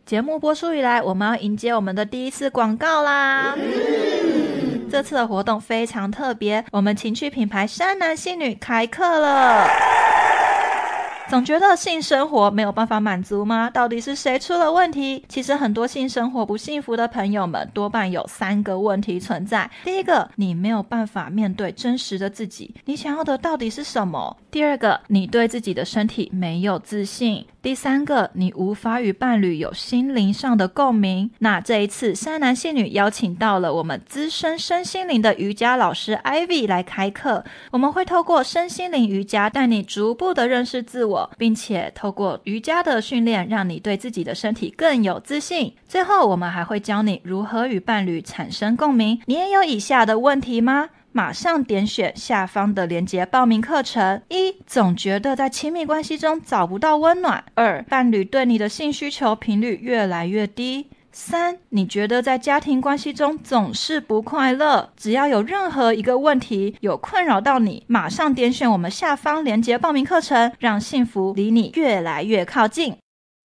节目播出以来，我们要迎接我们的第一次广告啦！这次的活动非常特别，我们情趣品牌山男信女开课了。总觉得性生活没有办法满足吗？到底是谁出了问题？其实很多性生活不幸福的朋友们多半有3个问题存在。第一个，你没有办法面对真实的自己，你想要的到底是什么？第二个，你对自己的身体没有自信。第三个，你无法与伴侣有心灵上的共鸣。那这一次山男信女邀请到了我们资深身心灵的瑜伽老师 Ivy 来开课，我们会透过身心灵瑜伽带你逐步的认识自我，并且透过瑜伽的训练让你对自己的身体更有自信。最后我们还会教你如何与伴侣产生共鸣。你也有以下的问题吗？马上点选下方的连结报名课程。1. 总觉得在亲密关系中找不到温暖。2. 伴侣对你的性需求频率越来越低。3. 你觉得在家庭关系中总是不快乐。只要有任何一个问题有困扰到你，马上点选我们下方连结报名课程，让幸福离你越来越靠近。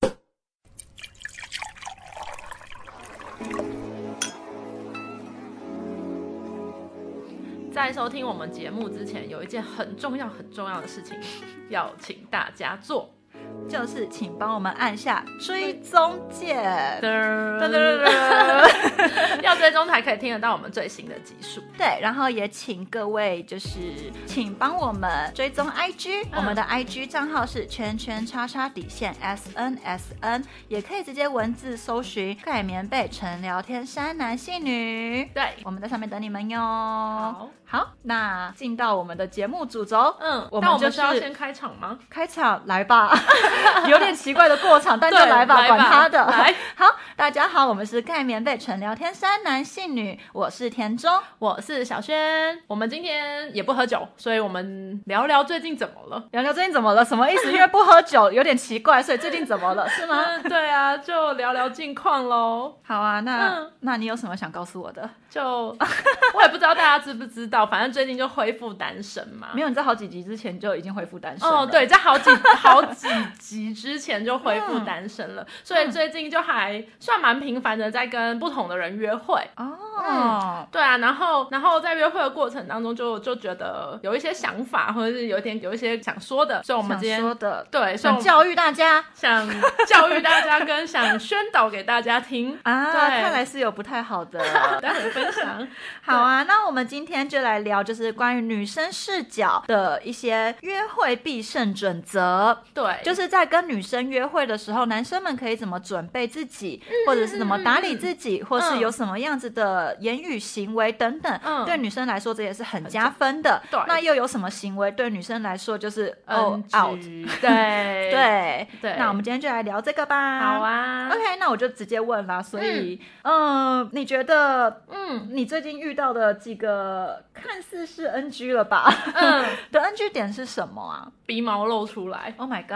在收听我们节目之前，有一件很重要的事情要请大家做， 就是请帮我们按下追踪键， 要追踪才可以听得到我们最新的集数。 对，然后也请各位请帮我们追踪 IG，我们的 IG 账号是_SNSN， 也可以直接文字搜寻盖棉被纯聊天山男信女。 对， 我们在上面等你们哟。好，那进到我们的节目主轴， 我们是要先开场吗？ 开场来吧。有点奇怪的过场，但就来吧，管他的。 来， 好，大家好，我们是盖棉被纯聊天山男信女，我是田中， 我是小轩。我们今天也不喝酒，所以我们聊聊最近怎么了。 聊聊最近怎么了？什么意思？因为不喝酒有点奇怪，所以最近怎么了？是吗？ 对啊，就聊聊近况咯。 好啊，那你有什么想告诉我的？ 就我也不知道大家知不知道，反正最近就恢复单身嘛。 没有，你在好几集之前就已经恢复单身了。 哦，对，在好几集之前就恢复单身了，所以最近就还算蛮频繁的在跟不同的人约会。 哦， 对啊，然后在约会的过程当中就觉得有一些想法，或者是有一些想说的，所以我们今天想说的， 对， 想教育大家， 跟想宣导给大家听啊。对，看来是有不太好的待会分享。 好啊，那我们今天就来聊就是关于女生视角的一些约会必胜准则。 对， 就是在跟女生约会的时候，男生们可以怎么准备自己，或者是怎么打理自己，或是有什么样子的言语行为等等，对女生来说这也是很加分的。 对， 那又有什么行为对女生来说就是 out？ 对， 那我们今天就来聊这个吧。 好啊 ，OK， 那我就直接问啦。所以，你觉得，你最近遇到的几个看似是 NG 了吧？的 NG 点是什么啊？ 鼻毛露出来。 Oh my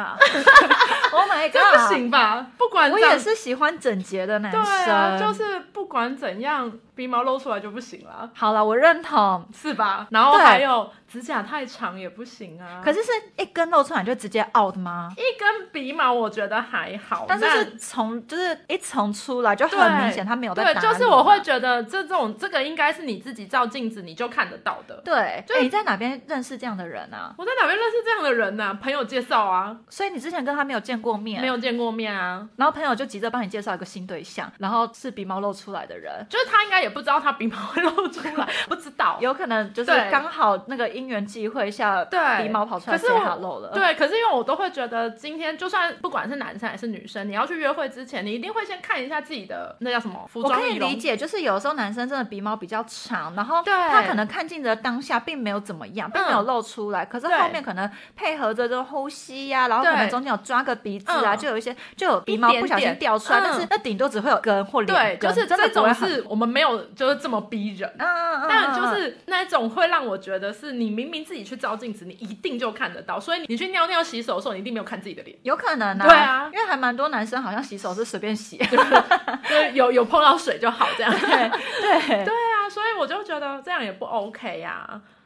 god！Oh my god！ 这不行吧？不管我也是喜欢整洁的男生， 对啊，就是不管怎样，鼻毛露出来就不行了。 好了，我认同， 是吧？然后还有指甲太长也不行啊。 可是是一根露出来就直接 out 吗？ 一根鼻毛我觉得还好， 但是就是一丛出来就很明显，他没有在打你。 对，就是我会觉得这个应该是你自己照镜子你就看得到的。 对，你在哪边认识这样的人啊？ 我在哪边认识这样的人啊？朋友介绍啊。 所以你之前跟他没有见过面？ 没有见过面啊。 然后朋友就急着帮你介绍一个新对象，然后是鼻毛露出来的人， 就是他应该也不知道他鼻毛会露出来，不知道， 有可能就是刚好那个因缘际会下， 对， 鼻毛跑出来 say hello 了。 对，可是因为我都会觉得今天就算不管是男生还是女生，你要去约会之前，你一定会先看一下自己的那叫什么服装仪容。 我可以理解，就是有时候男生真的鼻毛比较长，然后他可能看镜子的当下并没有怎么样，并没有露出来，可是后面可能配合着这种呼吸呀，然后可能中间有抓个鼻子啊，就有鼻毛不小心掉出来，但是那顶多只会有根或两根， 对，就是这种是我们没有就是这么逼人，但就是那种会让我觉得是你明明自己去照镜子，你一定就看得到，所以你去尿尿洗手的时候，你一定没有看自己的脸， 有可能啊， 对啊， 因为还蛮多男生好像洗手是随便洗， 就是有碰到水就好这样， 对啊， 所以我就觉得这样也不 OK 呀。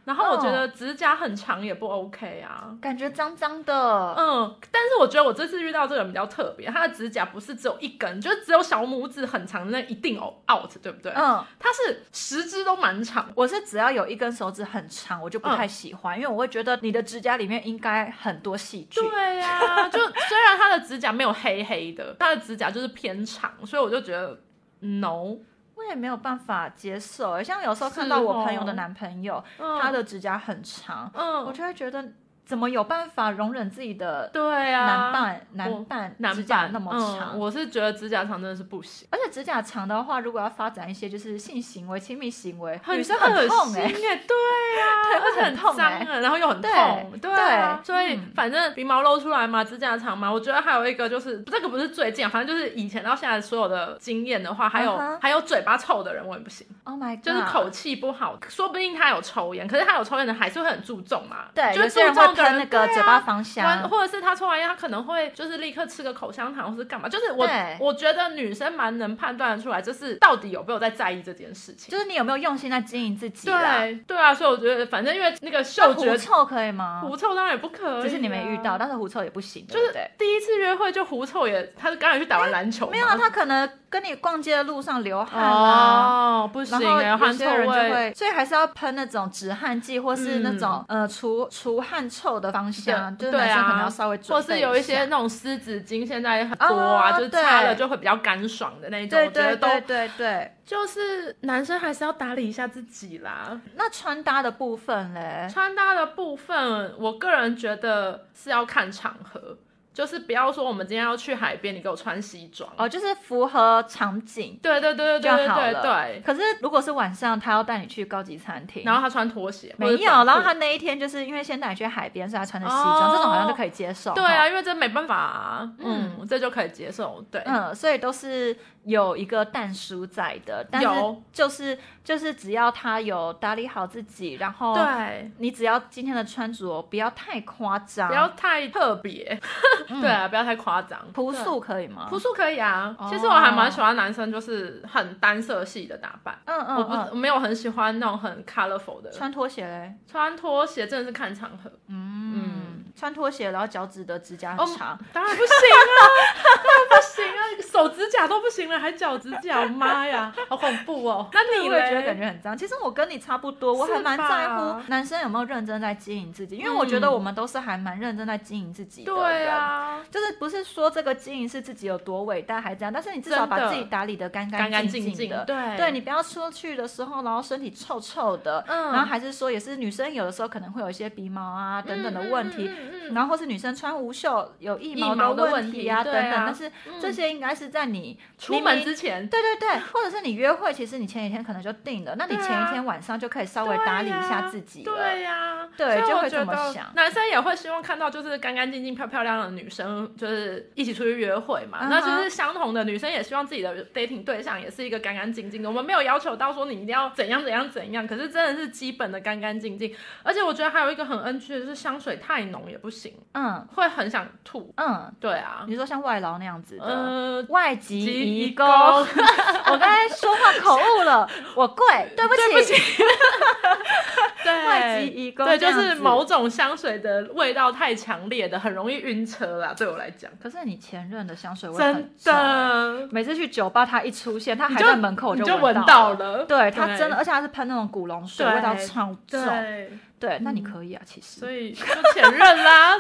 然后我觉得指甲很长也不 OK 啊， 感觉脏脏的。 但是我觉得我这次遇到这个人比较特别，他的指甲不是只有一根，就是只有小拇指很长的那一定 out， 对不对？他是10只都蛮长。 我是只要有一根手指很长，我就不太喜欢，因为我会觉得你的指甲里面应该很多细菌。 对啊，就虽然他的指甲没有黑黑的，他的指甲就是偏长，所以我就觉得 no。 我也没有办法接受，像有时候看到我朋友的男朋友，他的指甲很长，我就会觉得怎么有办法容忍自己的男伴指甲那么长？ 我是觉得指甲长真的是不行， 而且指甲长的话，如果要发展一些就是性行为、亲密行为， 女生很痛对啊， 会很痛然后又很痛，对啊，所以反正鼻毛露出来嘛，指甲长嘛，我觉得还有一个就是这个不是最近，反正就是以前到现在所有的经验的话，还有嘴巴臭的人我也不行。 Oh my god， 就是口气不好，说不定他有抽烟，可是他有抽烟的还是会很注重嘛， 对， 就注重喷那个嘴巴芳香， 或者是他抽完烟，他可能会就是立刻吃个口香糖，或是干嘛。就是我觉得女生蛮能判断得出来，就是到底有没有在在意这件事情， 就是你有没有用心在经营自己啦。 对啊，所以我觉得反正因为那个嗅觉， 狐臭可以吗？ 狐臭当然也不可以， 只是你没遇到，但是狐臭也不行， 就是第一次约会就狐臭也，他刚才去打完篮球， 没有，他可能跟你逛街的路上流汗啊， 不行， 然后有些人就会，所以还是要喷那种止汗剂，或是那种除汗臭的芳香，就是男生可能要稍微准备一下， 或是有一些那种湿纸巾，现在很多啊，就是擦了就会比较干爽的那种，我觉得对， 就是男生还是要打理一下自己啦。 那穿搭的部分嘞？ 穿搭的部分，我个人觉得是要看场合。就是不要说我们今天要去海边，你给我穿西装就是符合场景， 对就好了。对。 可是如果是晚上，他要带你去高级餐厅， 然后他穿拖鞋， 没有，然后他那一天就是因为先带你去海边，所以他穿着西装，这种好像就可以接受。 对啊，因为这没办法啊，这就可以接受。对， 所以都是有一个但书在的，但是就是只要他有打理好自己，然后对你只要今天的穿着不要太夸张， 不要太特别。对啊，不要太夸张。 朴素可以吗？ 朴素可以啊。其实我还蛮喜欢男生就是很单色系的打扮。我没有很喜欢那种很 colorful 的。 穿拖鞋嘞？ 穿拖鞋真的是看场合。 穿拖鞋然后脚趾的指甲很长， 当然不行啊，当然不行啊，手指甲都不行了，还脚指甲，妈呀，好恐怖哦。那你会觉得感觉很脏？其实我跟你差不多，我还蛮在乎男生有没有认真在经营自己，因为我觉得我们都是还蛮认真在经营自己的人。 对啊， 就是不是说这个经营是自己有多伟大还这样，但是你至少把自己打理得干净净的。对，你不要出去的时候然后身体臭臭的，然后还是说也是女生有的时候可能会有一些鼻毛啊等等的问题，然后或是女生穿无袖有腋毛的问题啊等等，但是这些应该是在你出门之前， 对，或者是你约会，其实你前几天可能就定了，那你前一天晚上就可以稍微打理一下自己了。 对呀， 对，就会这么想。 男生也会希望看到就是干干净净、漂漂亮亮的女生，就是一起出去约会嘛。那其实相同的，女生也希望自己的 dating 对象也是一个干干净净的。我们没有要求到说你一定要怎样，可是真的是基本的干干净净。而且我觉得还有一个很 NG 的就是香水太浓也不行，会很想吐。对啊， 你说像外劳那样子的，外籍移工。我刚才说话口误了，我跪，对不起。 对， 外籍移工， 对，就是某种香水的味道太强烈的，很容易晕车啦。对我来讲， 可是你前任的香水味很重，真的， 每次去酒吧他一出现，他还在门口， 你就闻到了。 对，他真的，而且他是喷那种古龙水，味道超重。对，那你可以啊，其实。 所以就前任啦，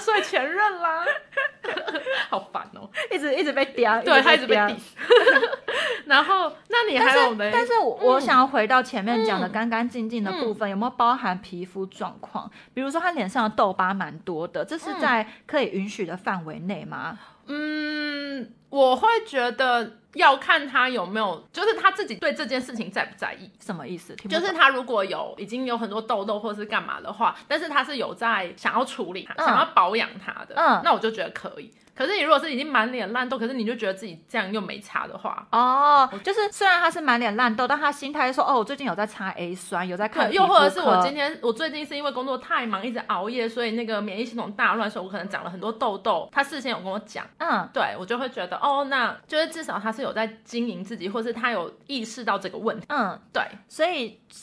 好烦哦， 一直被嗲， 对，他一直被 diss。然后，那你还有没？ 但是我想要回到前面讲的干干净净的部分，有没有包含皮肤状况？比如说他脸上的痘疤蛮多的，这是在可以允许的范围内吗？ 我会觉得要看他有没有，就是他自己对这件事情在不在意。 什么意思？ 就是他如果已经有很多痘痘或是干嘛的话，但是他是有在想要处理它，想要保养它的，那我就觉得可以。可是你如果是已经满脸烂痘，可是你就觉得自己这样又没擦的话， 就是虽然他是满脸烂痘，但他心态说我最近有在擦 A 酸，有在看皮肤科， 又或者是我最近是因为工作太忙，一直熬夜，所以那个免疫系统大乱，所以我可能长了很多痘痘。他事先有跟我讲，对，我就会觉得那就是至少他是有在经营自己，或是他有意识到这个问题，对， 所以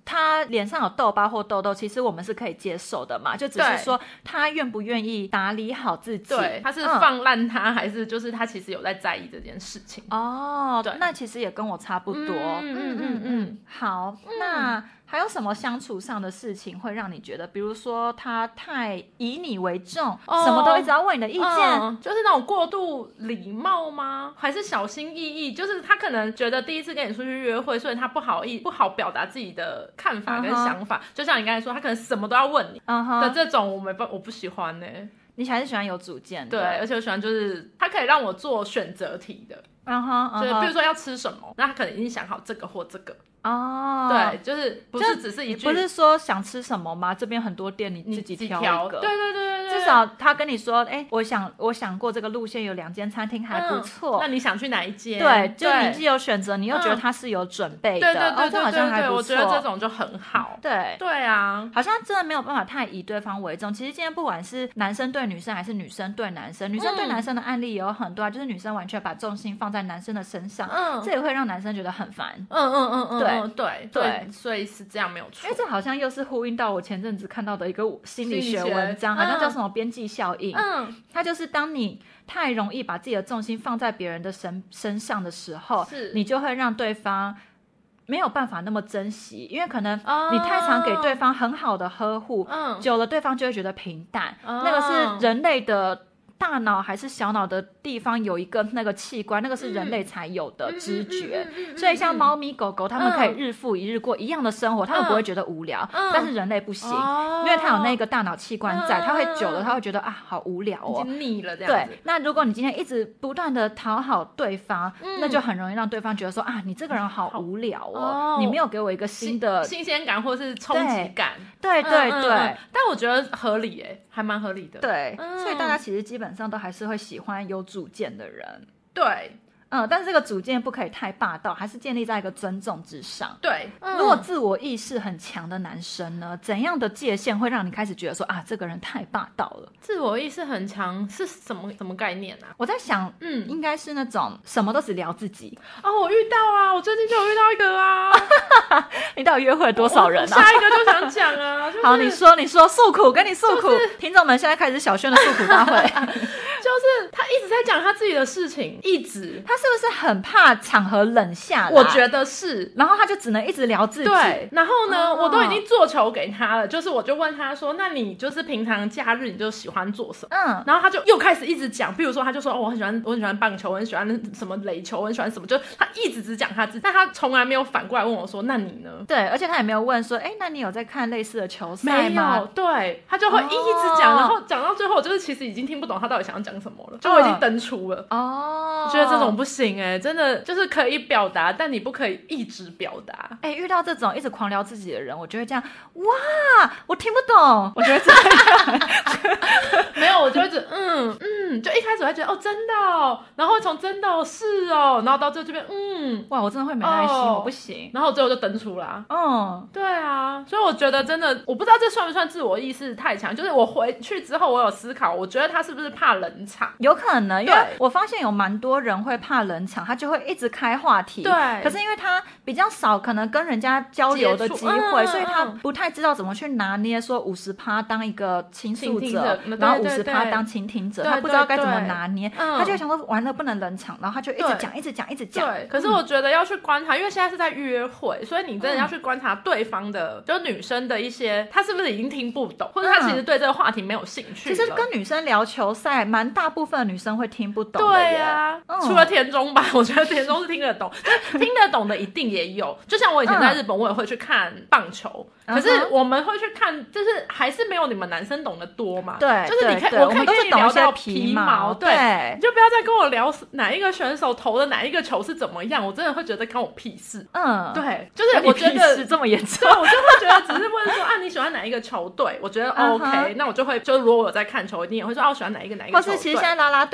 他脸上有痘疤或痘痘，其实我们是可以接受的嘛，就只是说他愿不愿意打理好自己， 对，他是放烂他，还是就是他其实有在在意这件事情。 对，那其实也跟我差不多。好，那还有什么相处上的事情会让你觉得，比如说他太以你为重，什么都一直要问你的意见， 就是那种过度礼貌吗？还是小心翼翼？就是他可能觉得第一次跟你出去约会，所以他不好表达自己的看法跟想法。就像你刚才说，他可能什么都要问你的这种，我不喜欢呢。 你还是喜欢有主见的。 对，而且我喜欢就是他可以让我做选择题的。就是比如说要吃什么，那他可能已经想好这个或这个。对，就是不是只是一句， 不是说想吃什么吗？这边很多店，你自己挑一个。 对， 至少他跟你说，我想过这个路线有2间餐厅还不错， 那你想去哪一间？ 对，就你既有选择，你又觉得他是有准备的，这好像还不错。 我觉得这种就很好。对啊， 好像真的没有办法太以对方为重。其实今天不管是男生对女生，还是女生对男生，女生对男生的案例也有很多啊，就是女生完全把重心放在男生的身上，这也会让男生觉得很烦。对， 所以是这样没有错。 因为这好像又是呼应到我前阵子看到的一个心理学文章，好像叫什么边际效应。它就是当你太容易把自己的重心放在别人的身上的时候，你就会让对方没有办法那么珍惜，因为可能你太常给对方很好的呵护，久了对方就会觉得平淡。那个是人类的大脑还是小脑的地方有一个那个器官，那个是人类才有的知觉，所以像猫咪狗狗他们可以日复一日过一样的生活，他们不会觉得无聊，但是人类不行，因为他有那个大脑器官在，他会久了他会觉得好无聊已经腻了这样子。 对，那如果你今天一直不断的讨好对方，那就很容易让对方觉得说你这个人好无聊你没有给我一个新的新鲜感或是冲击感。 对， 但我觉得合理还蛮合理的。 对，所以大家其实基本上都还是会喜欢有主见的人。 对， 但是这个主见不可以太霸道，还是建立在一个尊重之上。 对， 如果自我意识很强的男生呢，怎样的界限会让你开始觉得说这个人太霸道了？ 自我意识很强是什么概念啊？ 我在想，应该是那种什么都只聊自己。 我遇到啊，我最近就有遇到一个啊。 你到底约会了多少人啊？ 下一个就想讲啊。 好，你说诉苦，跟你诉苦。听众们，现在开始小轩的诉苦大会。 就是他一直在讲他自己的事情，他是不是很怕场合冷下来？ 我觉得是， 然后他就只能一直聊自己。 对，然后呢，我都已经做球给他了，就是我就问他说，那你就是平常假日你就喜欢做什么？然后他就又开始一直讲，比如说他就说我很喜欢棒球，我很喜欢什么垒球，我很喜欢什么，就他一直只讲他自己，但他从来没有反过来问我说，那你呢？ 对，而且他也没有问说，那你有在看类似的球赛吗？ 没有，对，他就会一直讲，然后讲到最后，就是其实已经听不懂他到底想要讲什么了，就我已经登出了。我觉得这种不行真的就是可以表达，但你不可以一直表达。 遇到这种一直狂聊自己的人，我就会这样，哇，我听不懂，我就会这样。 没有，我就会觉得就一开始会觉得真的然后从真的是然后到最后这边哇，我真的会没耐心，我不行， 然后最后就登出啦。对啊，所以我觉得真的，我不知道这算不算自我意识太强，就是我回去之后我有思考，我觉得他是不是怕冷场？ 有可能，因为我发现有蛮多人会怕冷场，他就会一直开话题。 对， 可是因为他比较少可能跟人家交流的机会，所以他不太知道怎么去拿捏说50%当一个倾诉者，然后50%当倾听者，他不知道该怎么拿捏，他就会想说完了不能冷场，然后他就一直讲一直讲一直讲。 对，可是我觉得要去观察，因为现在是在约会，所以你真的要去观察对方的就女生的一些他是不是已经听不懂，或者他其实对这个话题没有兴趣。 其实跟女生聊球赛蛮大部分的女生会听不懂的耶。 对啊，除了田中吧，我觉得田中是听得懂，听得懂的一定也有。就像我以前在日本我也会去看棒球，可是我们会去看就是还是没有你们男生懂得多嘛。 对， 就是你可以我可以跟你聊到皮毛，对，你就不要再跟我聊哪一个选手投的哪一个球是怎么样，我真的会觉得关我屁事。对，就是我觉得这么严重， 对，我就会觉得只是问说你喜欢哪一个球队，我觉得 OK，那我就会就如果我有在看球，一定也会说我喜欢哪一个球队。 或是其实现在啦啦队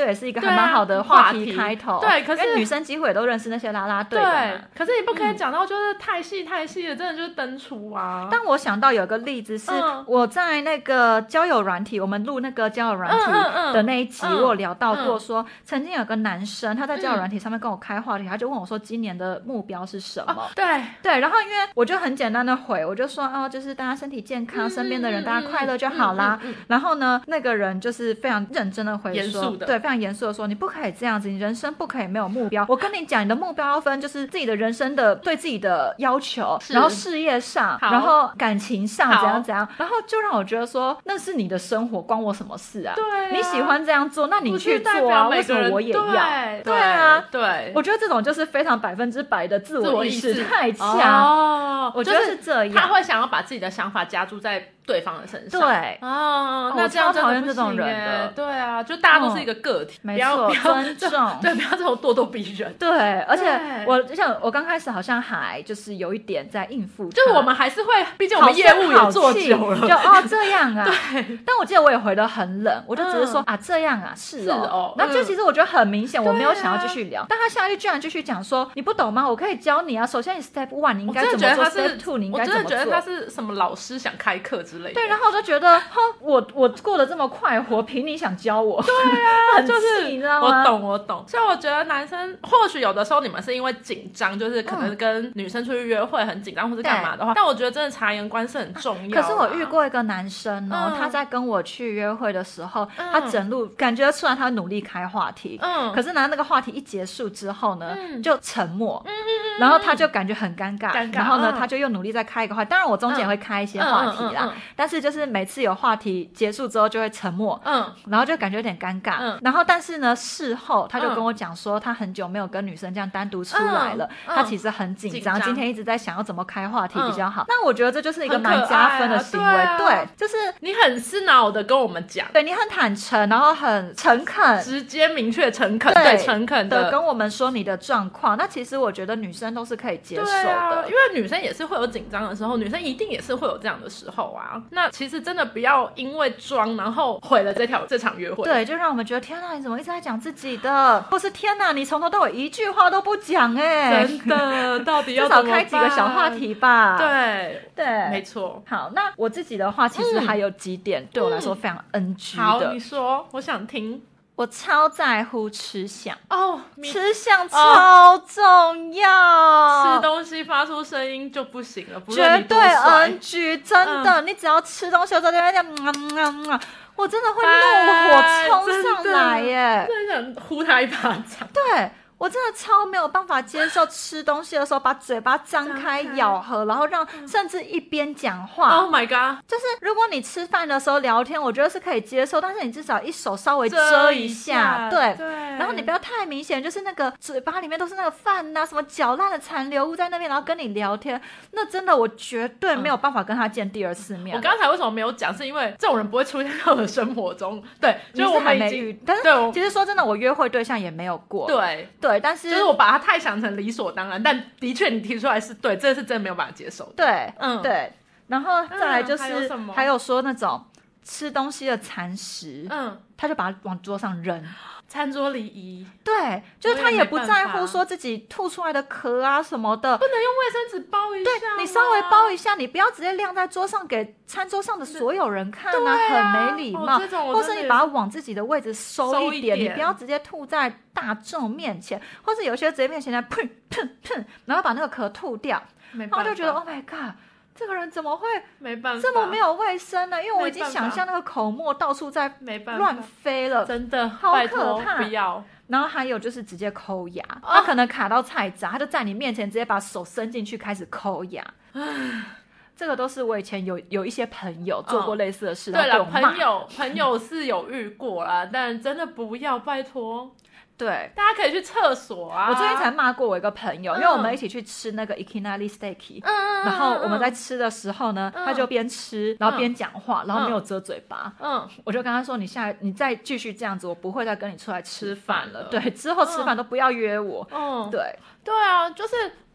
队也是一个还蛮好的话题开头。 对，可是因为女生几乎也都认识那些啦啦队的嘛。 对，可是你不可以讲到就是太细太细的，真的就是登出啊。 但我想到有个例子是我在那个交友软体，我们录那个交友软体的那一集，我有聊到过说，曾经有个男生他在交友软体上面跟我开话题，他就问我说今年的目标是什么？对，然后因为我就很简单的回，我就说就是大家身体健康，身边的人大家快乐就好啦。然后呢，那个人就是非常认真的回说，对，非常严肃的说，你不可以这样子，你人生不可以没有目标。我跟你讲，你的目标要分就是自己的人生的对自己的要求，然后事业上，然后感情上怎样怎样，然后就让我觉得说那是你的生活，关我什么事啊？对，你喜欢这样做，那你去做啊，为什么我也要？对啊，对，我觉得这种就是非常100%的自我意识太强。我觉得是这样， 他会想要把自己的想法加注在对方的身上。 对那这样讨厌这种人的。 对啊，就大家都是一个个体， 没错，尊重， 对，不要这种咄咄逼人。 对，而且我刚开始好像还就是有一点在应付他， 就是我们还是会，毕竟我们业务也做久了， 就这样啊。对，但我记得我也回得很冷，我就只是说这样啊，是哦。然后就其实我觉得很明显，我没有想要继续聊，但他下一句居然继续讲说，你不懂吗？我可以教你啊。首先你 Step 1你应该怎么做 ，Step 2你应该怎么做。 我真的觉得他是什么老师想开课之类的。 对，然后我就觉得，我过得这么快活，凭你想教我？ 对啊， 很气，你知道吗？ 我懂。所以我觉得男生或许有的时候你们是因为紧张，就是可能跟女生出去约会很紧张或是干嘛的话，但我觉得真的察言观色很重要。 可是我遇过一个男生他在跟我去约会的时候，他整路感觉出来他努力开话题，可是呢那个话题一结束之后呢，就沉默，然后他就感觉很尴尬，然后呢他就又努力再开一个话题，当然我中间也会开一些话题啦，但是就是每次有话题结束之后就会沉默，然后就感觉有点尴尬，然后但是呢事后他就跟我讲说，他很久没有跟女生这样单独出来了，他其实很紧张，今天一直在想要怎么开话题比较好。那我觉得这就是一个蛮加分的行为，对，就是你很是脑的跟我们讲， 对，你很坦诚，然后很诚恳， 直接明确诚恳，对，诚恳的跟我们说你的状况。那其实我觉得女生都是可以接受的， 因为女生也是会有紧张的时候，女生一定也是会有这样的时候啊。那其实真的不要因为装然后毁了这场约会， 对，就让我们觉得天哪，你怎么一直在讲自己的，或是天哪，你从头到尾一句话都不讲， 真的，到底要至少开几个小话题吧。对， 没错。 好，那我自己的话其实还有几点对我来说非常 NG 的。 好，你说，我想听。 我超在乎吃相吃相超重要， 吃东西发出声音就不行了， 绝对 NG， 真的，你只要吃东西的时候在那边我真的会怒火冲上来耶， 真的想呼他一巴掌。 对，我真的超没有办法接受吃东西的时候把嘴巴张开咬合，然后让甚至一边讲话。 Oh my god！ 就是如果你吃饭的时候聊天，我觉得是可以接受，但是你至少一手稍微遮一下，对。然后你不要太明显，就是那个嘴巴里面都是那个饭啊，什么搅烂的残留物在那边，然后跟你聊天，那真的我绝对没有办法跟他见第二次面。 我刚才为什么没有讲，是因为这种人不会出现在我的生活中。对，就是我们已经， 但是其实说真的，我约会对象也没有过。对，但是就是我把它太想成理所当然，但的确你提出来是对，这是真的没有办法接受的。 对，对，然后再来就是、还有说那种吃东西的残食，他就把它往桌上扔。 餐桌礼仪， 对，就是他也不在乎说自己吐出来的壳啊什么的， 不能用卫生纸包一下， 对，你稍微包一下，你不要直接晾在桌上给餐桌上的所有人看很没礼貌，或是你把它往自己的位置收一点，你不要直接吐在大众面前，或是有些直接面前来砰砰砰，然后把那个壳吐掉，然后就觉得 Oh my god，这个人怎么会没办法这么没有卫生呢？因为我已经想象那个口沫到处在乱飞了， 真的好可怕， 不要。 然后还有就是直接抠牙，他可能卡到菜渣，他就在你面前直接把手伸进去开始抠牙。这个都是我以前有一些朋友做过类似的事， 对了，朋友是有遇过啦，但真的不要，拜托。对，大家可以去厕所啊。 我最近才骂过我一个朋友，因为我们一起去吃那个 Ikinari Steak，然后我们在吃的时候呢，他就边吃然后边讲话，然后没有遮嘴巴。我就跟他说，你再继续这样子，我不会再跟你出来吃饭了。对，之后吃饭都不要约我。对啊，就是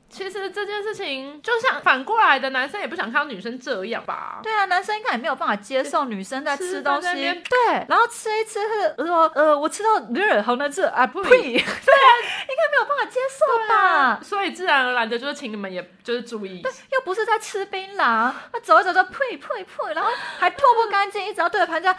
其实这件事情就像反过来的，男生也不想看到女生这样吧？ 对啊，男生应该也没有办法接受女生在吃东西， 在那边对，然后吃一吃，说我吃到好难吃啊，呸，对啊，应该没有办法接受吧？ 所以自然而然的就是请你们也就是注意， 对，又不是在吃槟榔，他走一走就呸，然后还吐不干净，一直要对着盘子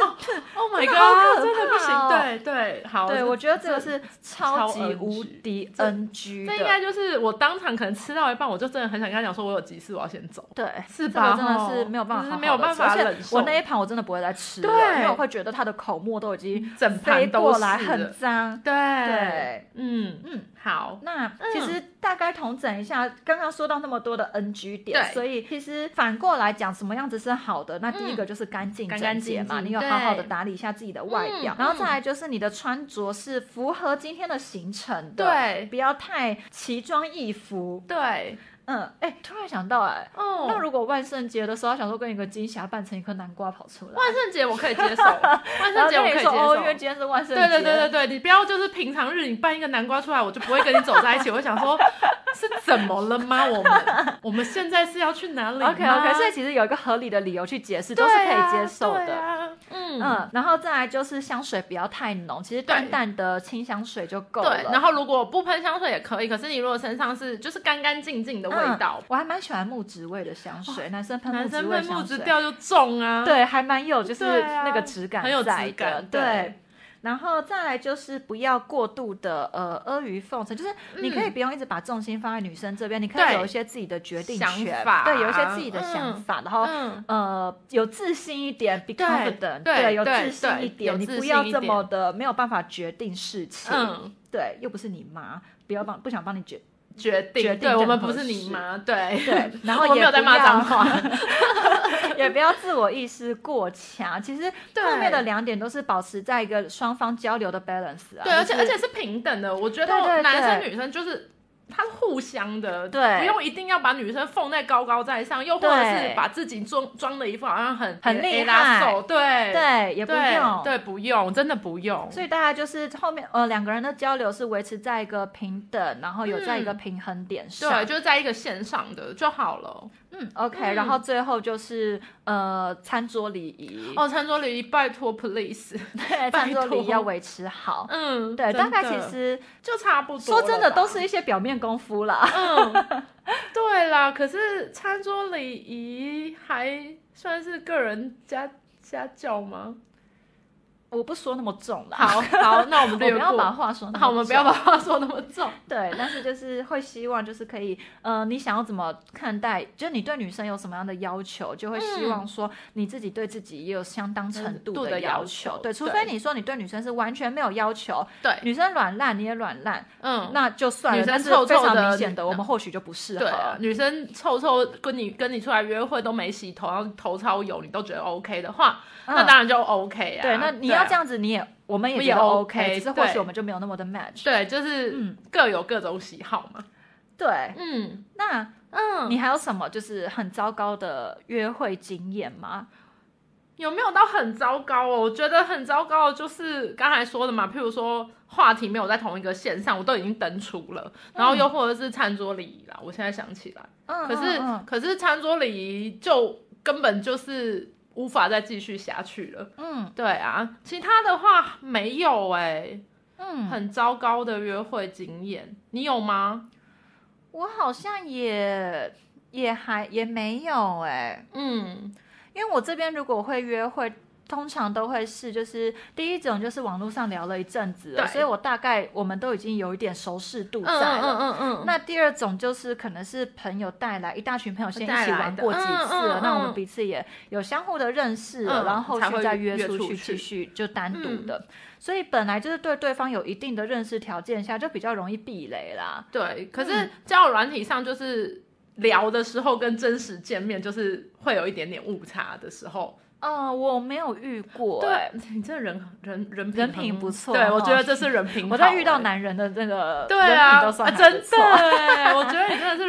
，Oh my 好可 god， 怕真的不行，对，好， 对，我觉得这个是超级无敌 NG 的， 这应该就是我当场可能吃到一半，我就真的很想跟他讲说，我有急事，我要先走。 对， 是吧？ 这个真的是没有办法好好的吃， 没有办法忍受。 我那一盘我真的不会再吃了， 对， 因为我会觉得它的口沫都已经整盘飞过来，很脏。 对，好。 那其实大概统整一下，刚刚说到那么多的 NG 点，所以其实反过来讲，什么样子是好的？那第一个就是干净整洁嘛，你有好好的打理一下自己的外表，然后再来就是你的穿着是符合今天的行程的， 对， 不要太奇装异服， 对。 突然想到那如果万圣节的时候，想说跟一个金霞扮成一颗南瓜跑出来， 万圣节我可以接受，万圣节我可以接受， 因为今天是万圣节。 对，你不要就是平常日你扮一个南瓜出来，我就不会跟你走在一起。我会想说，是怎么了吗？我们现在是要去哪里吗 ？OK， 所以其实有一个合理的理由去解释，都是可以接受的。然后再来就是香水不要太浓，其实淡淡的清香水就够了。 对，然后如果不喷香水也可以，可是你如果身上是就是干干净净的味道， 我还蛮喜欢木质味的香水，男生喷木质味香水， 木质调就重啊， 对，还蛮有就是那个质感， 很有质感， 对。然后再来就是不要过度的阿谀奉承，就是你可以不用一直把重心放在女生这边，你可以有一些自己的决定权，对，有一些自己的想法，然后有自信一点 ，be confident， 对，有自信一点，你不要这么的没有办法决定事情，对，又不是你妈，不想帮你决定， 对，我们不是你妈，对， 然后也没有在骂脏话， 也不要自我意识过强。其实后面的2点都是保持在一个双方交流的 balance 啊， 对，而且是平等的。我觉得男生女生就是它是互相的， 对， 不用一定要把女生放在高高在上，又或者是把自己装的一副好像很厉害， 对， 也不用， 对，不用，真的不用。 所以大家就是后面2个人的交流是维持在一个平等，然后有在一个平衡点上， 对，就是在一个线上的就好了。 OK，然后最后就是餐桌礼仪餐桌礼仪拜托 please， 对，餐桌礼仪要维持好，对，大概其实就差不多。 说真的，都是一些表面功夫啦。 对啦，可是餐桌礼仪还算是个人家教吗？ 我不说那么重啦。 好，那我们略过， 不要把话说那么重。 好，我们不要把话说那么重。 对，但是就是会希望就是可以，你想要怎么看待，就是你对女生有什么样的要求，就会希望说你自己对自己也有相当程度的要求。对，除非你说你对女生是完全没有要求， 对， 女生软烂你也软烂，那就算了。 女生臭臭的， 非常明显的，我们或许就不适合。 对，女生臭臭跟你出来约会都没洗头，然后头超油，你都觉得 OK 的话，那当然就 OK 啊。 对，那你要这样子，我们也觉得 OK， 只是或许我们就没有那么的 match。 对，就是各有各种喜好嘛。 对，那你还有什么就是很糟糕的约会经验吗？ 有没有到很糟糕哦？我觉得很糟糕的就是刚才说的嘛，譬如说话题没有在同一个线上，我都已经登出了，然后又或者是餐桌礼仪啦，我现在想起来，可是餐桌礼仪就根本就是无法再继续下去了。对啊，其他的话没有很糟糕的约会经验，你有吗？ 我好像也没有因为我这边如果会约会，通常都会是就是第一种就是网络上聊了一阵子了，所以我大概我们都已经有一点熟识度在了。那第二种就是可能是朋友带来一大群朋友先一起玩过几次了，那我们彼此也有相互的认识了，然后后续再约出去继续就单独的。所以本来就是对对方有一定的认识条件下，就比较容易避雷啦。 对，可是交友软体上就是聊的时候跟真实见面就是会有一点点误差的时候。 我没有遇过。 对，你真的人品不错。 对，我觉得这是人品好。 我在遇到男人的这个对啊， 人品都算还真不错。 的我觉得你真的是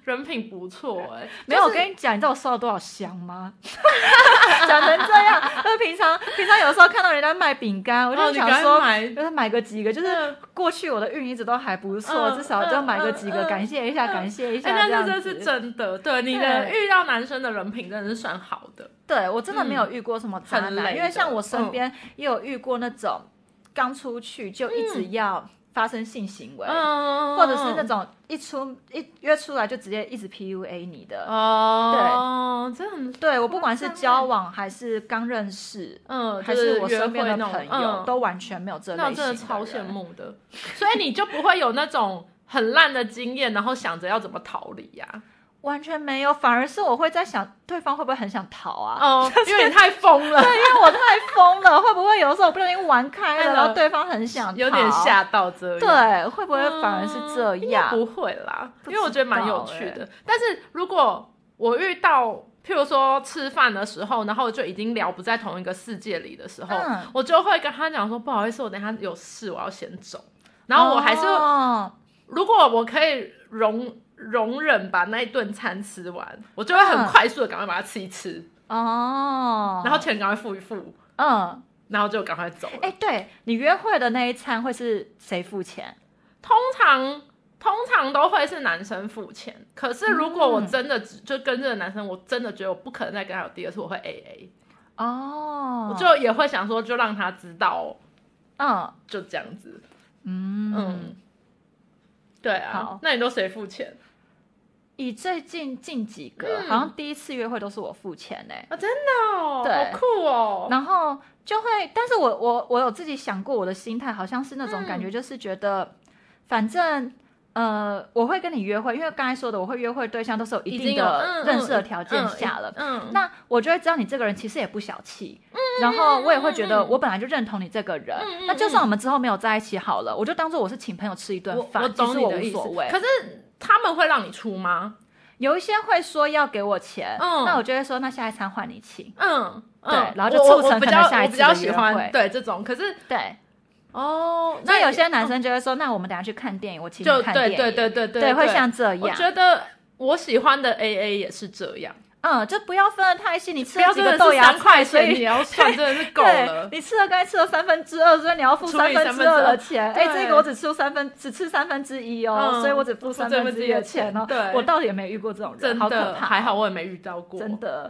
人品不错没有，我跟你讲，你知道我收了多少箱吗？讲成这样，就是平常有时候看到人家卖饼干，我就想说，就是买个几个，就是过去我的运一直都还不错，至少就买个几个，感谢一下，感谢一下。 但是这是真的，对你的遇到男生的人品真的是算好的。 对我真的没有遇过什么渣男，因为像我身边也有遇过那种刚出去就一直要发生性行为，或者是那种一约出来就直接一直 PUA 你的。对， 这很对我不管是交往还是刚认识，还是我身边的朋友，都完全没有这类型的人。 那真的超羡慕的，所以你就不会有那种很烂的经验，然后想着要怎么逃离呀？ 完全没有，反而是我会在想对方会不会很想逃啊？ 因为你太疯了。 对，因为我太疯了，会不会有时候我不小心玩开了，然后对方很想逃， 有点吓到这样？ 对，会不会反而是这样？ 不会啦，因为我觉得蛮有趣的。但是如果我遇到譬如说吃饭的时候，然后就已经聊不在同一个世界里的时候，我就会跟他讲说不好意思，我等一下有事，我要先走。然后我还是如果我可以容忍把那一顿餐吃完，我就会很快速的赶快把它吃一吃然后钱赶快付一付然后就赶快走了。 对，你约会的那一餐会是谁付钱？ 通常都会是男生付钱，可是如果我真的就跟这个男生，我真的觉得我不可能再跟他有第二次，我会 AA 我就也会想说就让他知道就这样子对啊。那你都谁付钱？ 以最近几个好像第一次约会都是我付钱真的对， 好酷哦。 然后就会，但是我有自己想过，我的心态好像是那种感觉，就是觉得反正我会跟你约会，因为刚才说的我会约会对象都是有一定的认识的条件下了那我就会知道你这个人其实也不小气然后我也会觉得我本来就认同你这个人那就算我们之后没有在一起好了，我就当做我是请朋友吃一顿饭， 我懂你的意思。 其实我无所谓。 可是他们会让你出吗？ 有一些会说要给我钱那我就会说那下一餐换你请对，然后就促成可能下一次的约会。 我比较喜欢对这种，可是对那有些男生就会说那我们等一下去看电影，我请你看电影。对，会像这样。 我觉得我喜欢的 AA 也是这样就不要分得太细，你吃了几个豆芽菜，所以你要算真的是够了。 你吃了刚才吃了2/3，所以你要付2/3的钱。这个我只吃1/3所以我只付1/3的钱对， 我倒也没遇过这种人，好可怕。 还好我也没遇到过， 真的。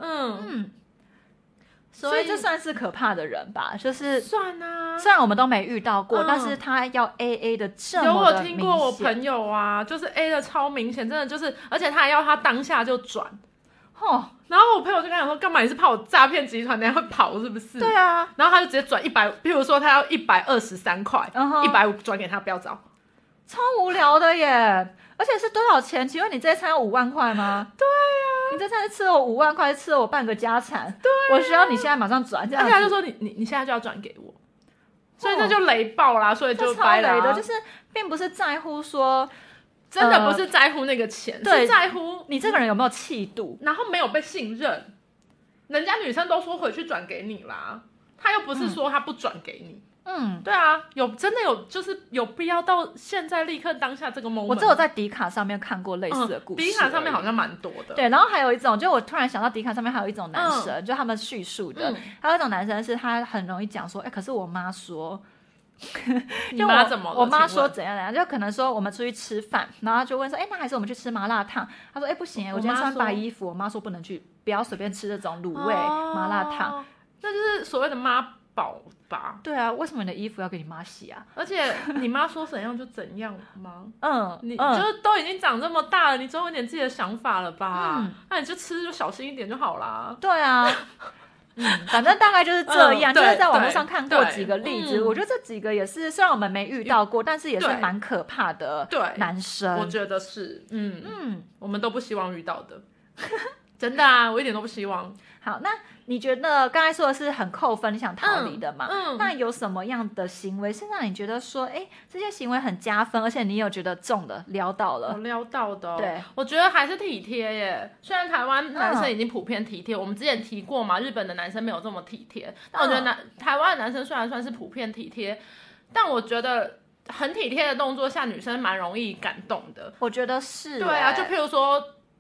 所以这算是可怕的人吧，就是算啊。 虽然我们都没遇到过但是他要 AA 的这么的明显。有我听过我朋友啊，就是 A 的超明显，真的就是，而且他还要他当下就转然后我朋友就跟他讲说干嘛，你是怕我诈骗集团等下会跑是不是？ 对啊。 然后他就直接转100，譬如说他要123块150转给他，不要找。 超无聊的耶。而且是多少钱？请问你这一餐要5万块吗？ 对啊。 你这餐吃了我5万块，吃了我半个家产。对我需要你现在马上转这样子。 而且他就说你现在就要转给我，所以那就雷爆啦，所以就超雷的。就是并不是在乎说真的不是在乎那个钱是在乎你这个人有没有气度， 然后没有被信任。人家女生都说回去转给你啦，他又不是说他不转给你。对啊，真的有就是有必要到现在立刻当下这个 moment。 我只有在迪卡上面看过类似的故事， 迪卡上面好像蛮多的。 对，然后还有一种，就我突然想到迪卡上面还有一种男生，就他们叙述的，还有一种男生是他很容易讲说可是我妈说你妈怎么了？ 我妈说怎样怎样，就可能说我们出去吃饭，然后就问说那还是我们去吃麻辣烫。他说不行我今天穿白衣服，我妈说不能去，不要随便吃这种卤味麻辣烫。 那就是所谓的妈宝吧。 对啊，为什么你的衣服要给你妈洗啊？ 而且你妈说怎样就怎样吗？你就是都已经长这么大了，你总有点自己的想法了吧？那你就吃就小心一点就好啦。 对啊。反正大概就是这样就是在网络上看过几个例子我觉得这几个也是虽然我们没遇到过但是也是蛮可怕的男生。 我觉得是我们都不希望遇到的真的啊，我一点都不希望。 好，那你觉得刚才说的是很扣分你想逃离的嘛那有什么样的行为是让你觉得说这些行为很加分，而且你有觉得中的撩到了？ 我撩到的对， 我觉得还是体贴耶。虽然台湾男生已经普遍体贴我们之前提过嘛，日本的男生没有这么体贴但我觉得台湾的男生虽然算是普遍体贴但我觉得很体贴的动作下女生蛮容易感动的。 我觉得是对啊，就譬如说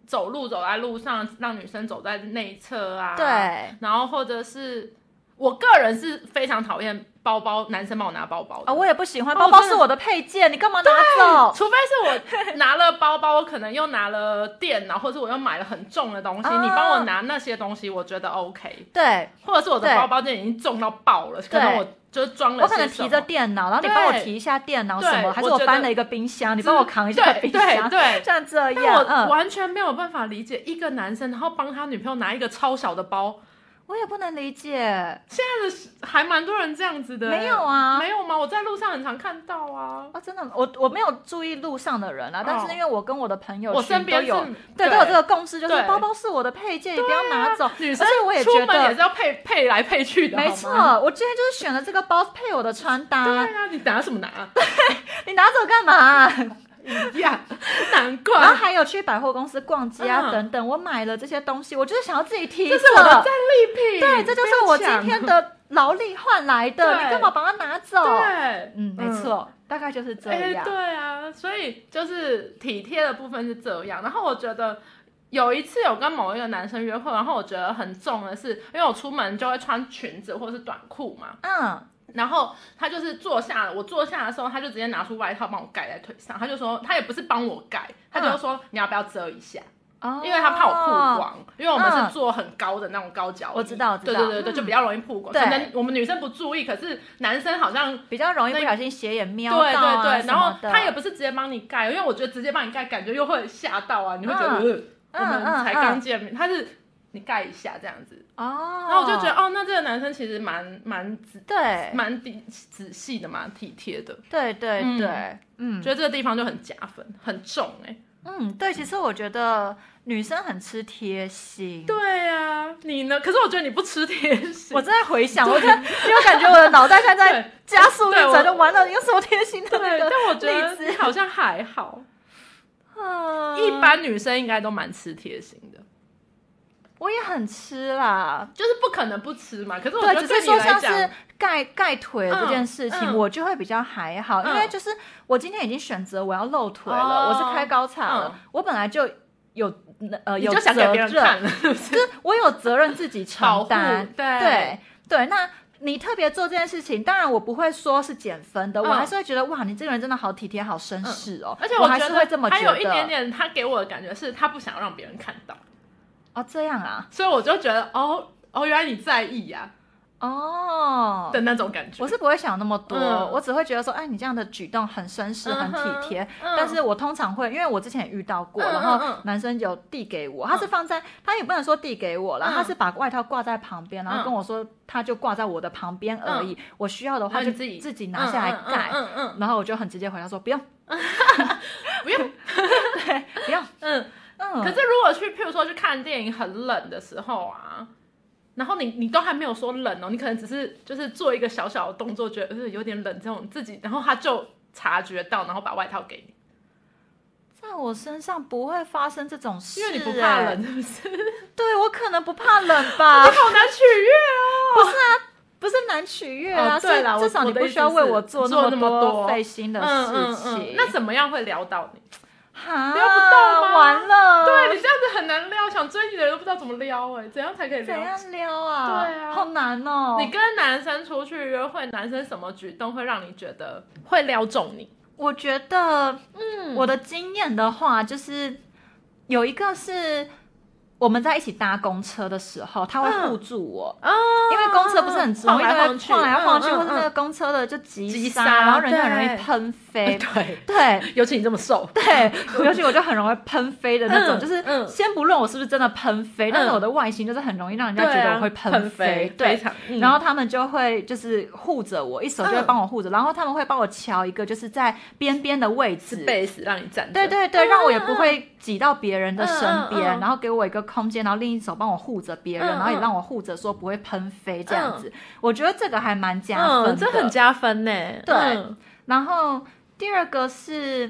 走路走在路上，让女生走在内侧啊。 对， 然后或者是我个人是非常讨厌包包，男生帮我拿包包的。 我也不喜欢，包包是我的配件，你干嘛拿走？ 除非是我拿了包包，我可能又拿了电脑，或者我又买了很重的东西，你帮我拿那些东西，我觉得 OK。 对， 或者是我的包包就已经重到爆了，可能我就装了我可能提着电脑，然后你帮我提一下电脑什么，还是我搬了一个冰箱，你帮我扛一下冰箱， 对， 像这样。 但我完全没有办法理解一个男生然后帮他女朋友拿一个超小的包。 我也不能理解， 现在的还蛮多人这样子的。 没有啊？ 没有吗？我在路上很常看到啊。 真的，我没有注意路上的人啊，但是因为我跟我的朋友我身边都有这个共识，就是包包是我的配件，你不要拿走。 女生我也觉得出门也是要配来配去的。 没错，我今天就是选了这个包配我的穿搭。 对啊，你拿什么拿？ 你拿走干嘛？ 一样，难怪。 然后还有去百货公司逛街啊等等，我买了这些东西，我就是想要自己提着， 这是我的战利品。 对，这就是我今天的劳力换来的，你干嘛把它拿走？ 对， 没错，大概就是这样。 对啊，所以就是体贴的部分是这样。然后我觉得有一次有跟某一个男生约会，然后我觉得很重的是，因为我出门就会穿裙子或是短裤嘛。然后他就是坐下了，我坐下的时候，他就直接拿出外套帮我盖在腿上。他就说，他也不是帮我盖，他就说你要不要遮一下？因为他怕我曝光，因为我们是坐很高的那种高脚椅。 我知道， 对，就比较容易曝光。可能我们女生不注意，可是男生好像比较容易不小心斜眼瞄到对，然后他也不是直接帮你盖，因为我觉得直接帮你盖，感觉又会吓到啊，你会觉得我们才刚见面，他是你盖一下这样子。然后我就觉得那这个男生其实蛮仔细的，蛮体贴的。 对， 觉得这个地方就很加分，很重对，其实我觉得女生很吃贴心。 对啊，你呢？可是我觉得你不吃贴心。 我正在回想，因为感觉我的脑袋现在加速运转，就完了，有什么贴心的那个例子？ 但我觉得你好像还好。一般女生应该都蛮吃贴心的。 我也很吃啦， 就是不可能不吃嘛。可是我觉得只是说像是盖腿的这件事情，我就会比较还好，因为就是我今天已经选择我要露腿了，我是开高叉了，我本来就有责任， 就是我有责任自己承担。对，那你特别做这件事情，当然我不会说是减分的，我还是会觉得哇，你这个人真的好体贴，好绅士哦。 而且我还是会这么觉得。 还有一点点，他给我的感觉是他不想让别人看到。 这样啊， 所以我就觉得原来你在意呀，的那种感觉。 我是不会想那么多，我只会觉得说，你这样的举动很绅士，很体贴。但是我通常会，因为我之前也遇到过，然后男生有递给我，他是放在，他也不能说递给我了，他是把外套挂在旁边，然后跟我说，他就挂在我的旁边而已，我需要的话就自己拿下来盖。然后我就很直接回答说，不用， 不用， 对，不用， 可是如果譬如说去看电影很冷的时候啊，然后你都还没有说冷哦，你可能只是就是做一个小小的动作，觉得有点冷这种自己，然后他就察觉到，然后把外套给你。 在我身上不会发生这种事， 因为你不怕冷，是不是？ 对，我可能不怕冷吧。 你好难取悦哦。 不是啊，不是难取悦啊。对啦，至少你不需要为我做那么多费心的事情。 那怎么样会撩到你？ 撩不到吗？ 完了， 对，你这样子很难撩，想追你的人都不知道怎么撩怎样才可以撩？ 怎样撩啊？ 对啊， 好难哦。 你跟男生出去约会，男生什么举动会让你觉得会撩中你？ 我觉得，我的经验的话，就是有一个是我们在一起搭公车的时候，他会护住我，因为公车不是很容易晃来晃去，或是那个公车的就急刹，然后人就很容易喷飞。对， 尤其你这么瘦， 对，尤其我就很容易喷飞的那种，就是先不论我是不是真的喷飞，但是我的外形就是很容易让人家觉得我会喷飞。对，然后他们就会就是护着我，一手就会帮我护着，然后他们会帮我瞧一个就是在边边的位置 ，space让你站。 对，让我也不会挤到别人的身边，然后给我一个空间，然后另一手帮我护着别人，然后也让我护着说不会喷飞这样子。我觉得这个还蛮加分的， 这很加分呢。 对，然后第二个是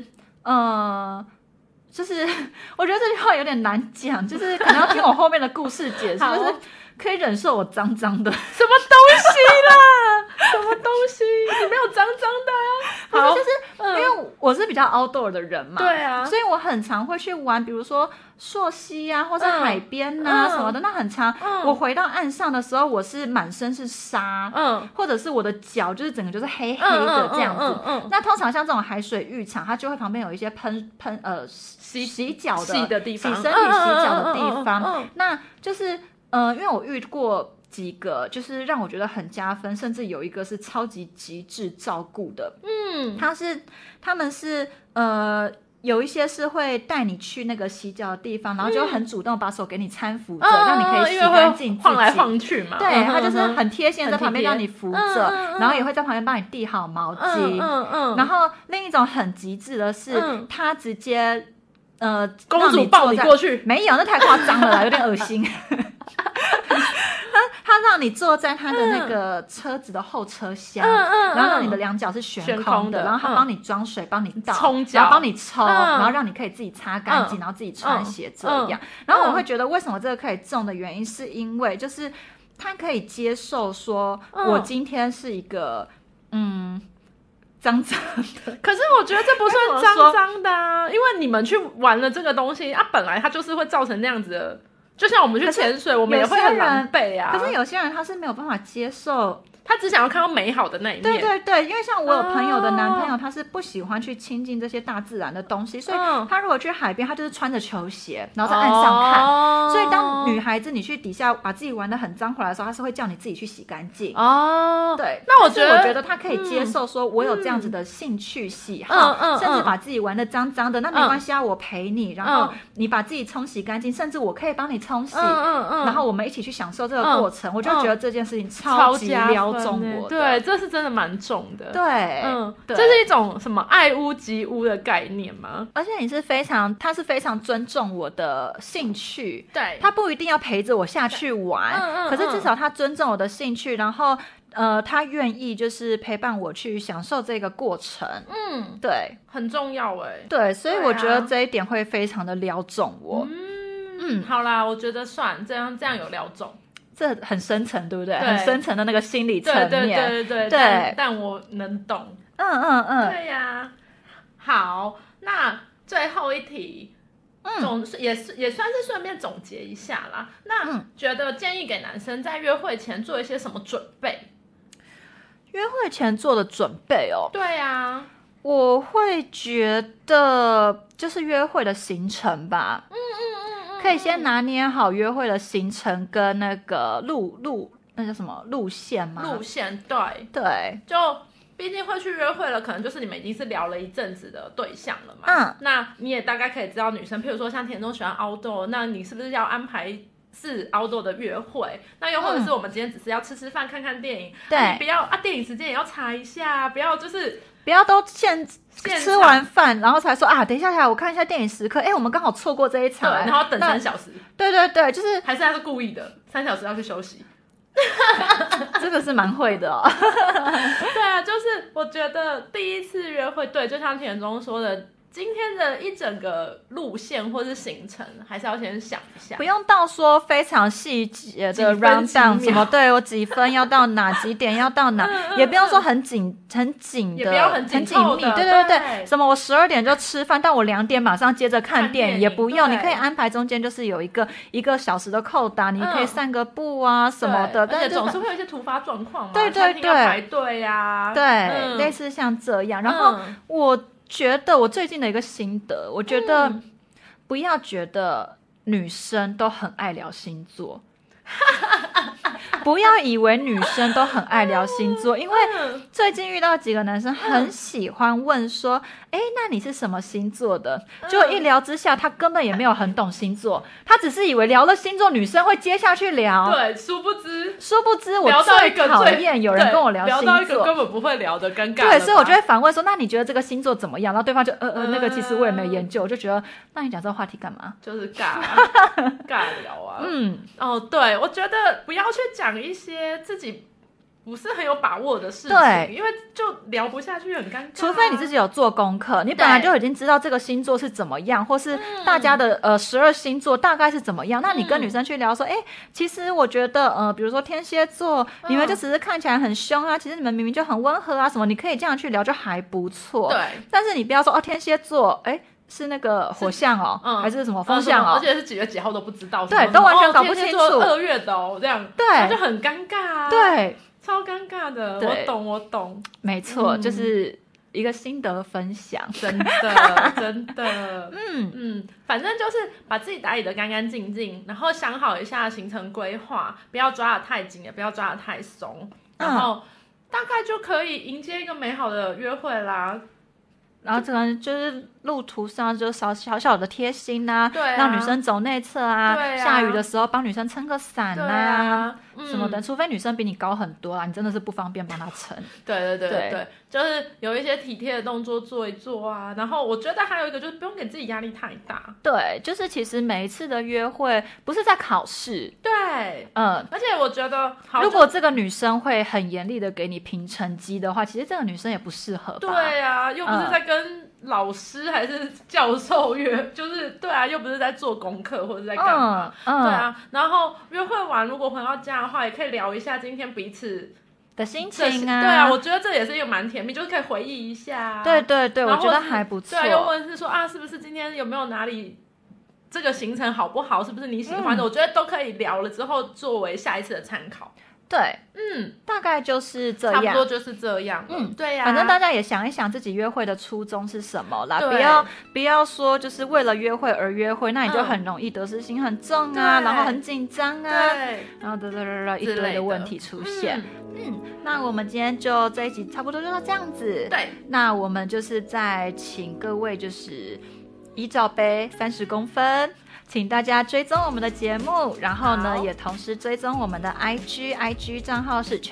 就是我觉得这句话有点难讲，就是可能要听我后面的故事解释。就是可以忍受我脏脏的。 什么东西啦？什么东西？你没有脏脏的啊？ 好，就是因为我是比较 outdoor 的人嘛， 对啊， 所以我很常会去玩，比如说溯溪啊，或是海边啊什么的，那很常。我回到岸上的时候，我是满身是沙，或者是我的脚就是整个就是黑黑的这样子。那通常像这种海水浴场，它就会旁边有一些洗脚的洗的地方， 洗身体洗脚的地方。那就是因为我遇过几个就是让我觉得很加分，甚至有一个是超级极致照顾的。他们是有一些是会带你去那个洗脚的地方，然后就很主动把手给你搀扶着，让你可以洗干净自己， 晃来晃去嘛。 对，他就是很贴心的在旁边让你扶着，然后也会在旁边帮你递好毛巾。然后另一种很极致的是，他直接公主抱你过去， 没有，那太夸张了啦，有点恶心。他让你坐在他的那个车子的后车厢，然后让你的两脚是悬空的，然后他帮你装水，帮你倒， 冲脚， 然后帮你冲，然后让你可以自己擦干净，然后自己穿鞋这样。然后我会觉得为什么这个可以中的原因，是因为就是他可以接受说我今天是一个脏脏的， 可是我觉得这不算脏脏的啊，因为你们去玩了这个东西啊，本来它就是会造成那样子的。就像我们去潜水，我们也会很狼狈啊。 可是有些人他是没有办法接受， 他只想要看到美好的那一面。 对对对，因为像我有朋友的男朋友，他是不喜欢去亲近这些大自然的东西，所以他如果去海边，他就是穿着球鞋，然后在岸上看。所以当女孩子你去底下把自己玩得很脏回来的时候，他是会叫你自己去洗干净。对。那我觉得他可以接受说，我有这样子的兴趣喜好，甚至把自己玩得脏脏的，那没关系啊，我陪你，然后你把自己冲洗干净，甚至我可以帮你冲洗，然后我们一起去享受这个过程。我就觉得这件事情超级撩中我的。 对，这是真的蛮重的。 对， 这是一种什么爱屋及乌的概念吗？ 而且他是非常尊重我的兴趣， 对， 他不一定要陪着我下去玩，可是至少他尊重我的兴趣，然后他愿意就是陪伴我去享受这个过程。对， 很重要哎。 对，所以我觉得这一点会非常的撩中我。 好啦，我觉得算这样有撩中。 这很深层，对不对？很深层的那个心理层面。 对，但我能懂。对呀。好，那最后一题，也算是顺便总结一下啦。那觉得建议给男生在约会前做一些什么准备？ 约会前做的准备哦？ 对啊， 我会觉得就是约会的行程吧。可以先拿捏好约会的行程跟那个那叫什么路线吗？ 路线， 对， 就毕竟会去约会了，可能就是你们已经是聊了一阵子的对象了嘛。那你也大概可以知道女生，譬如说像田中喜欢 outdoor， 那你是不是要安排是 outdoor 的约会？那又或者是我们今天只是要吃饭、看看电影，对，你不要电影时间也要查一下，不要都吃完饭然后才说等一下我看一下电影时刻，我们刚好错过这一场， 对，然后等3小时。 对，就是还是他是故意的，3小时要去休息。 这个是蛮会的哦。 对啊，就是我觉得第一次约会，对，就像田中说的，今天的一整个路线或是行程，还是要先想一下， 不用到说非常细节的 round down 什么，对我几分要到哪，几点要到哪，也不用说很紧的， 也不要很紧密， 对，什么我12点就吃饭，但我2点马上接着看电影，也不用，你可以安排中间就是有一个小时的扣打，你可以散个步啊什么的， 而且总是会有一些突发状况嘛， 对， 要排队啊， 对，类似像这样。然后我觉得我最近的一个心得，我觉得不要觉得女生都很爱聊星座。不要以为女生都很爱聊星座，因为最近遇到几个男生很喜欢问说那你是什么星座的？结果一聊之下他根本也没有很懂星座，他只是以为聊了星座女生会接下去聊， 对，殊不知我最讨厌有人跟我聊星座， 聊到一个根本不会聊的尴尬。 对，所以我就会反问说，那你觉得这个星座怎么样？然后对方就那个其实我也没有研究，我就觉得那你讲这个话题干嘛？ 就是尬聊啊。对，我觉得不要去讲一些自己不是很有把握的事情， 对， 因为就聊不下去，很尴尬。 除非你自己有做功课，你本来就已经知道这个星座是怎么样，或是大家的12星座大概是怎么样，那你跟女生去聊说，其实我觉得比如说天蝎座，你们就只是看起来很凶啊，其实你们明明就很温和啊什么，你可以这样去聊就还不错。 对， 但是你不要说天蝎座，是那个火象还是什么风象而且是几月几号都不知道， 对，都完全搞不清楚。 2月的这样， 对， 那就很尴尬啊。 对， 超尴尬的。我懂， 没错，就是一个心得分享， 真的。反正就是把自己打理得干干净净，然后想好一下行程规划，不要抓得太紧，也不要抓得太松，然后大概就可以迎接一个美好的约会啦。 然后可能就是路途上就小小的贴心啊，让女生走内侧啊，下雨的时候帮女生撑个伞啊，什么的，除非女生比你高很多啦，你真的是不方便帮她撑。 对，就是有一些体贴的动作做一做啊。然后我觉得还有一个就是不用给自己压力太大。 对，就是其实每一次的约会不是在考试。 对，而且我觉得如果这个女生会很严厉的给你评成绩的话，其实这个女生也不适合吧。 对啊，又不是在跟老师还是教授约，就是对啊，又不是在做功课或者在干嘛。对啊，然后约会完如果回到家的话，也可以聊一下今天彼此的心情啊。 对啊，我觉得这也是一个蛮甜蜜，就是可以回忆一下。 对，我觉得还不错。 对，又问是说是不是今天有没有哪里这个行程好不好，是不是你喜欢的，我觉得都可以聊了之后作为下一次的参考。 对，大概就是这样， 差不多就是这样。对呀， 反正大家也想一想自己约会的初衷是什么啦，不要说就是为了约会而约会，那你就很容易得失心很重啊，然后很紧张啊，然后一堆的问题出现。那我们今天就这一集差不多就到这样子。 对， 那我们就是再请各位就是依照杯30公分。请大家追踪我们的节目，然后呢，也同时追踪我们的 IG 账号是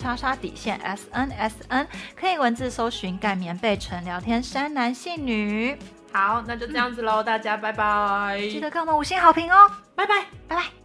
_SNSN， 可以文字搜寻盖棉被纯聊天山男性女。 好，那就这样子咯，大家拜拜， 记得给我们5星好评哦， 拜拜。